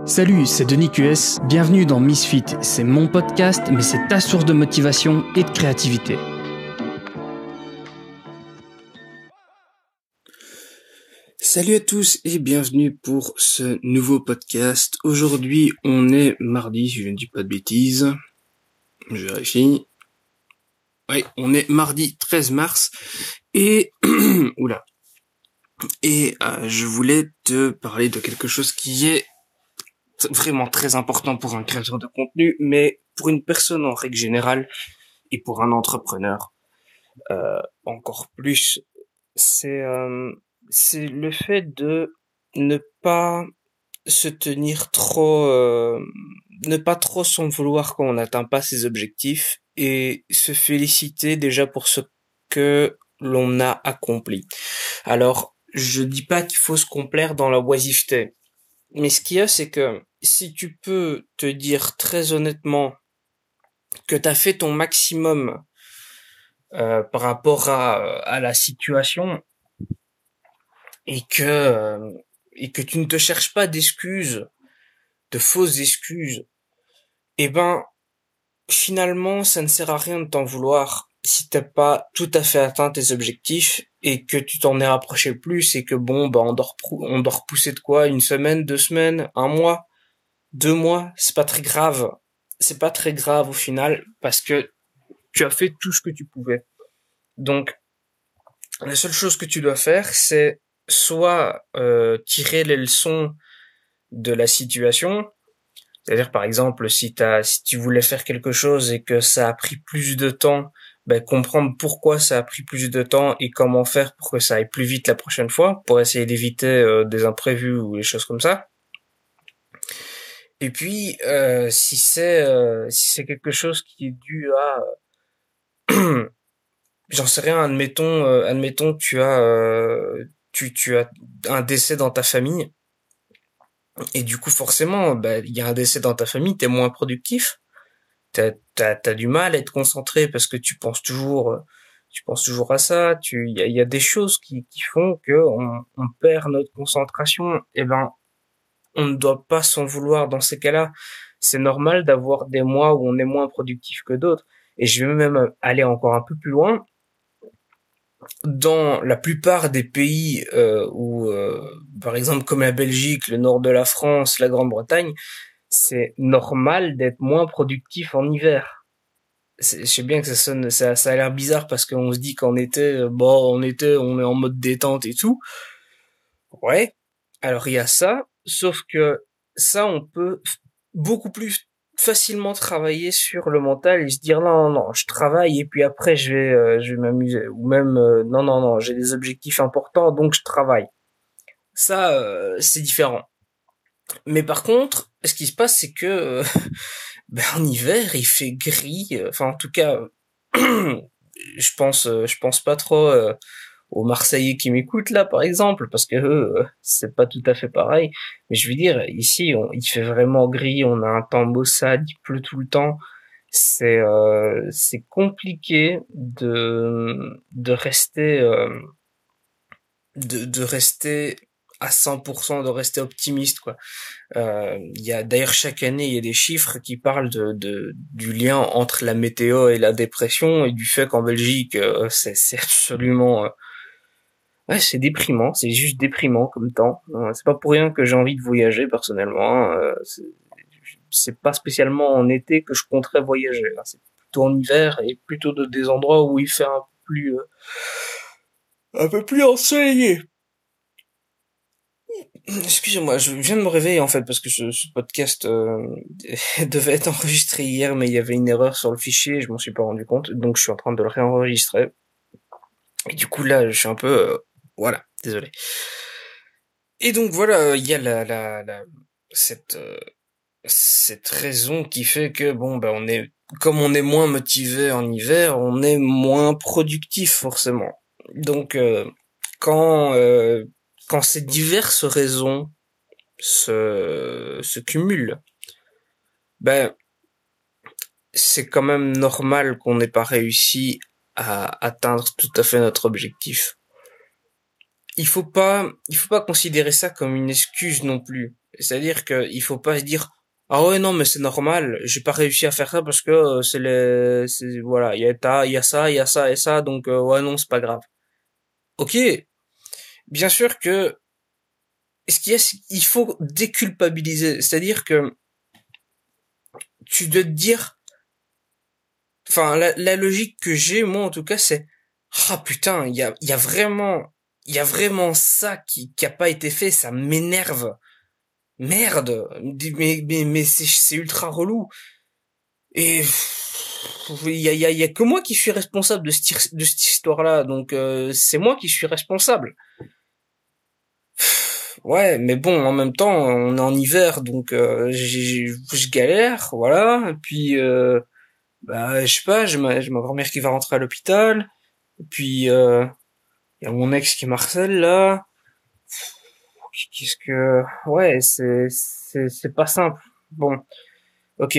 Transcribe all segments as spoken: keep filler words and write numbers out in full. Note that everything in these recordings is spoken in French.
Salut, c'est Denis Q S, bienvenue dans Misfit, c'est mon podcast, mais c'est ta source de motivation et de créativité. Salut à tous et bienvenue pour ce nouveau podcast. Aujourd'hui, on est mardi, si je ne dis pas de bêtises. Je vérifie. Oui, on est mardi treize mars et... Oula. Et euh, je voulais te parler de quelque chose qui est vraiment très important pour un créateur de contenu, mais pour une personne en règle générale et pour un entrepreneur euh, encore plus, c'est euh, c'est le fait de ne pas se tenir trop, euh, ne pas trop s'en vouloir quand on n'atteint pas ses objectifs et se féliciter déjà pour ce que l'on a accompli. Alors, je dis pas qu'il faut se complaire dans la oisiveté, mais ce qu'il y a, c'est que si tu peux te dire très honnêtement que t'as fait ton maximum euh, par rapport à, à la situation et que euh, et que tu ne te cherches pas d'excuses, de fausses excuses, eh ben finalement ça ne sert à rien de t'en vouloir si t'as pas tout à fait atteint tes objectifs et que tu t'en es rapproché plus et que bon bah on doit repou- on doit repousser de quoi, une semaine, deux semaines, un mois, deux mois, c'est pas très grave. C'est pas très grave au final parce que tu as fait tout ce que tu pouvais. Donc, la seule chose que tu dois faire, c'est soit euh, tirer les leçons de la situation. C'est-à-dire, par exemple, si t'as, si tu voulais faire quelque chose et que ça a pris plus de temps, ben, comprendre pourquoi ça a pris plus de temps et comment faire pour que ça aille plus vite la prochaine fois, pour essayer d'éviter euh, des imprévus ou des choses comme ça. Et puis, euh, si c'est euh, si c'est quelque chose qui est dû à, j'en sais rien, admettons, euh, admettons, tu as, euh, tu tu as un décès dans ta famille, et du coup, forcément, bah, il y a un décès dans ta famille, t'es moins productif, t'as t'as t'as du mal à être concentré parce que tu penses toujours, euh, tu penses toujours à ça, tu, il y a il y a des choses qui qui font que on on perd notre concentration. Et ben, on ne doit pas s'en vouloir dans ces cas-là. C'est normal d'avoir des mois où on est moins productif que d'autres. Et je vais même aller encore un peu plus loin. Dans la plupart des pays euh, où, euh, par exemple, comme la Belgique, le nord de la France, la Grande-Bretagne, c'est normal d'être moins productif en hiver. C'est, je sais bien que ça sonne, ça, ça a l'air bizarre parce qu'on se dit qu'en été, euh, bon, en été, on est en mode détente et tout. Ouais. Alors il y a ça, sauf que ça, on peut f- beaucoup plus facilement travailler sur le mental et se dire non, non, non, je travaille et puis après je vais, euh, je vais m'amuser. Ou même, euh, non, non, non, j'ai des objectifs importants donc je travaille. Ça, euh, c'est différent. Mais par contre, ce qui se passe, c'est que euh, ben, en hiver, il fait gris. euh, Enfin, en tout cas, je pense, euh, je pense pas trop euh, aux Marseillais qui m'écoutent là, par exemple, parce que eux, euh, c'est pas tout à fait pareil. Mais je veux dire, ici, on, il fait vraiment gris. On a un temps maussade, il pleut tout le temps. C'est, euh, c'est compliqué de de rester, euh, de de rester à cent pour cent, de rester optimiste, quoi. Euh, il y a d'ailleurs chaque année il y a des chiffres qui parlent de, de du lien entre la météo et la dépression et du fait qu'en Belgique euh, c'est c'est absolument euh, ouais, c'est déprimant, c'est juste déprimant comme temps. Euh, c'est pas pour rien que j'ai envie de voyager personnellement, hein. Euh, c'est, c'est pas spécialement en été que je compterais voyager, hein. C'est plutôt en hiver et plutôt de des endroits où il fait un peu plus euh, un peu plus ensoleillé. Excusez-moi, je viens de me réveiller en fait parce que ce, ce podcast euh, devait être enregistré hier, mais il y avait une erreur sur le fichier, et je m'en suis pas rendu compte, donc je suis en train de le réenregistrer. Et du coup là, je suis un peu, euh, voilà, désolé. Et donc voilà, il y a la, la, la cette euh, cette raison qui fait que bon ben on est, comme on est moins motivé en hiver, on est moins productif forcément. Donc euh, quand euh, quand ces diverses raisons se, se cumulent, ben, c'est quand même normal qu'on n'ait pas réussi à atteindre tout à fait notre objectif. Il faut pas, il faut pas considérer ça comme une excuse non plus. C'est-à-dire que il faut pas se dire ah ouais non mais c'est normal, j'ai pas réussi à faire ça parce que euh, c'est les c'est voilà, il y a ta- il y a ça, il y a ça et ça donc euh, ouais non, c'est pas grave. OK, bien sûr que ce qu'il y a, c'est qu'il faut déculpabiliser, c'est-à-dire que tu dois te dire enfin la, la logique que j'ai moi en tout cas c'est ah putain, il y a il y a vraiment il y a vraiment ça qui qui a pas été fait, ça m'énerve. Merde, mais mais mais c'est c'est ultra relou. Et il y a, y, a, y a que moi qui suis responsable de, cette, de cette histoire-là, donc euh, c'est moi qui suis responsable. Ouais, mais bon, en même temps, on est en hiver, donc euh, j'ai- je galère, voilà. Et puis, euh, bah, je sais pas, j'ai ma, j'ai ma grand-mère qui va rentrer à l'hôpital. Et puis, euh, il y a mon ex qui m'harcèle là. Qu'est-ce que... Ouais, c'est c'est c'est pas simple. Bon, ok.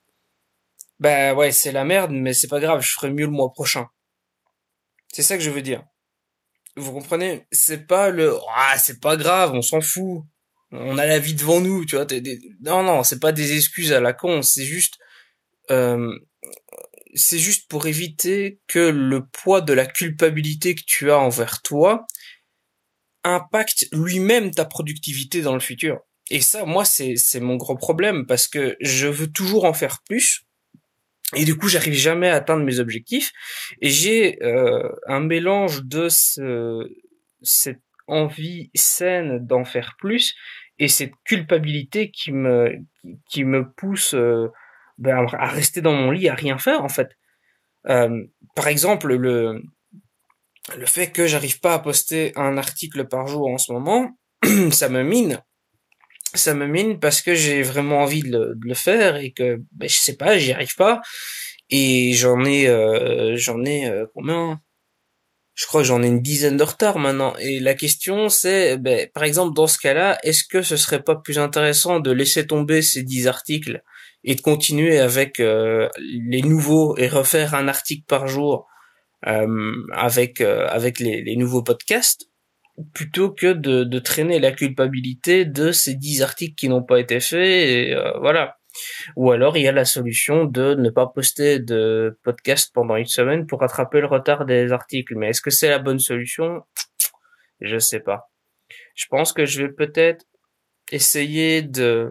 Bah ouais, c'est la merde, mais c'est pas grave, je ferai mieux le mois prochain. C'est ça que je veux dire. Vous comprenez? C'est pas le ah c'est pas grave, on s'en fout. On a la vie devant nous, tu vois. t'es des- Non non, c'est pas des excuses à la con. C'est juste euh, c'est juste pour éviter que le poids de la culpabilité que tu as envers toi impacte lui-même ta productivité dans le futur. Et ça, moi, c'est c'est mon gros problème parce que je veux toujours en faire plus. Et du coup, j'arrive jamais à atteindre mes objectifs. Et j'ai euh, un mélange de ce, cette envie saine d'en faire plus et cette culpabilité qui me qui me pousse euh, ben, à rester dans mon lit à rien faire en fait. Euh, Par exemple, le le fait que j'arrive pas à poster un article par jour en ce moment, ça me mine. Ça me mine parce que j'ai vraiment envie de le, de le faire et que ben, je sais pas, j'y arrive pas. Et j'en ai, euh, j'en ai euh, combien? Je crois que j'en ai une dizaine de retard maintenant. Et la question c'est, ben, par exemple, dans ce cas-là, est-ce que ce serait pas plus intéressant de laisser tomber ces dix articles et de continuer avec euh, les nouveaux et refaire un article par jour euh, avec euh, avec les, les nouveaux podcasts, plutôt que de, de traîner la culpabilité de ces dix articles qui n'ont pas été faits et euh, voilà. Ou alors il y a la solution de ne pas poster de podcast pendant une semaine pour rattraper le retard des articles. Mais est-ce que c'est la bonne solution? Je sais pas. Je pense que je vais peut-être essayer de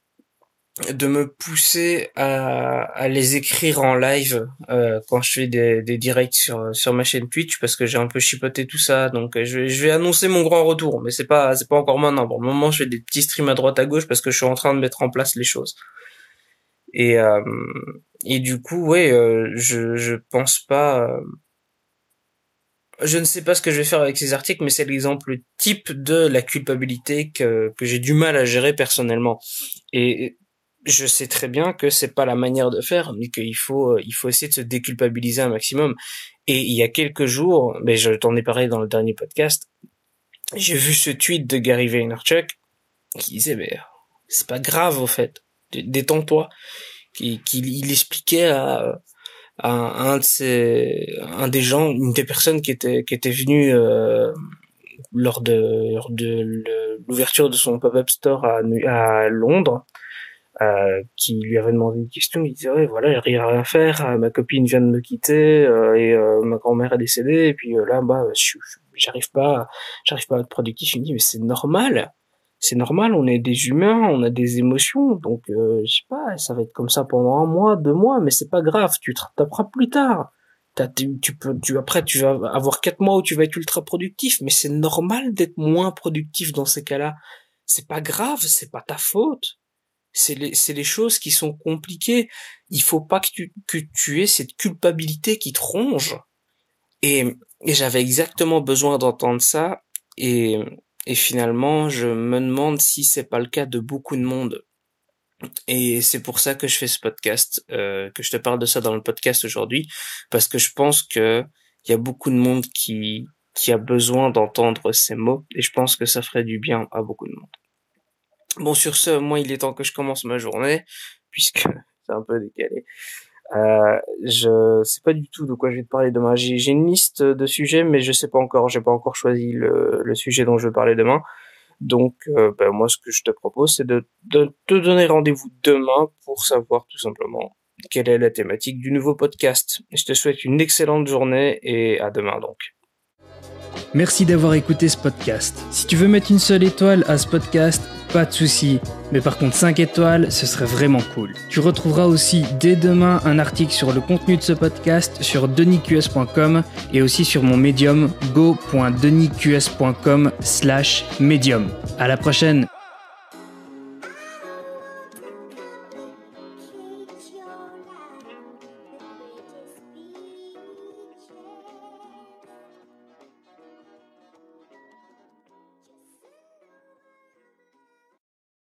de me pousser à, à les écrire en live euh, quand je fais des, des directs sur sur ma chaîne Twitch parce que j'ai un peu chipoté tout ça, donc euh, je vais je vais annoncer mon grand retour, mais c'est pas c'est pas encore maintenant. Pour le moment, je fais des petits streams à droite à gauche parce que je suis en train de mettre en place les choses. Et euh, et du coup, ouais, euh, je je pense pas. euh, je ne sais pas ce que je vais faire avec ces articles, mais c'est l'exemple type de la culpabilité que que j'ai du mal à gérer personnellement. Et je sais très bien que c'est pas la manière de faire, mais qu'il faut euh, il faut essayer de se déculpabiliser un maximum. Et il y a quelques jours, mais je t'en ai parlé dans le dernier podcast, j'ai vu ce tweet de Gary Vaynerchuk qui disait mais c'est pas grave au fait, détends-toi. Qui, qui il expliquait à à un de ces, un des gens, une des personnes qui était qui était venue euh, lors de lors de l'ouverture de son pop-up store à, à Londres, euh, qui lui avait demandé une question. Il disait ouais voilà, j'arrive à rien faire, euh, ma copine vient de me quitter euh, et euh, ma grand-mère est décédée et puis euh, là bah je- je- j'arrive pas j'arrive pas à être productif. Il me dit mais c'est normal. C'est normal, on est des humains, on a des émotions, donc euh, je sais pas, ça va être comme ça pendant un mois, deux mois, mais c'est pas grave, tu te rattraperas plus tard. T'as, tu, tu peux, tu après tu vas avoir quatre mois où tu vas être ultra productif, mais c'est normal d'être moins productif dans ces cas-là. C'est pas grave, c'est pas ta faute. C'est les, c'est les choses qui sont compliquées. Il faut pas que tu, que tu aies cette culpabilité qui te ronge. Et, et j'avais exactement besoin d'entendre ça. Et, et finalement, je me demande si c'est pas le cas de beaucoup de monde. Et c'est pour ça que je fais ce podcast, euh, que je te parle de ça dans le podcast aujourd'hui, parce que je pense que il y a beaucoup de monde qui, qui a besoin d'entendre ces mots, et je pense que ça ferait du bien à beaucoup de monde. Bon, sur ce, moi, il est temps que je commence ma journée, puisque c'est un peu décalé. Euh, je sais pas du tout de quoi je vais te parler demain. J'ai, j'ai une liste de sujets, mais je sais pas encore. J'ai pas encore choisi le, le sujet dont je vais parler demain. Donc, euh, ben, moi, ce que je te propose, c'est de, de te donner rendez-vous demain pour savoir tout simplement quelle est la thématique du nouveau podcast. Je te souhaite une excellente journée et à demain donc. Merci d'avoir écouté ce podcast. Si tu veux mettre une seule étoile à ce podcast, pas de souci. Mais par contre cinq étoiles, ce serait vraiment cool. Tu retrouveras aussi dès demain un article sur le contenu de ce podcast sur denis q s point com et aussi sur mon Medium go point denis q s point com slash medium. À la prochaine.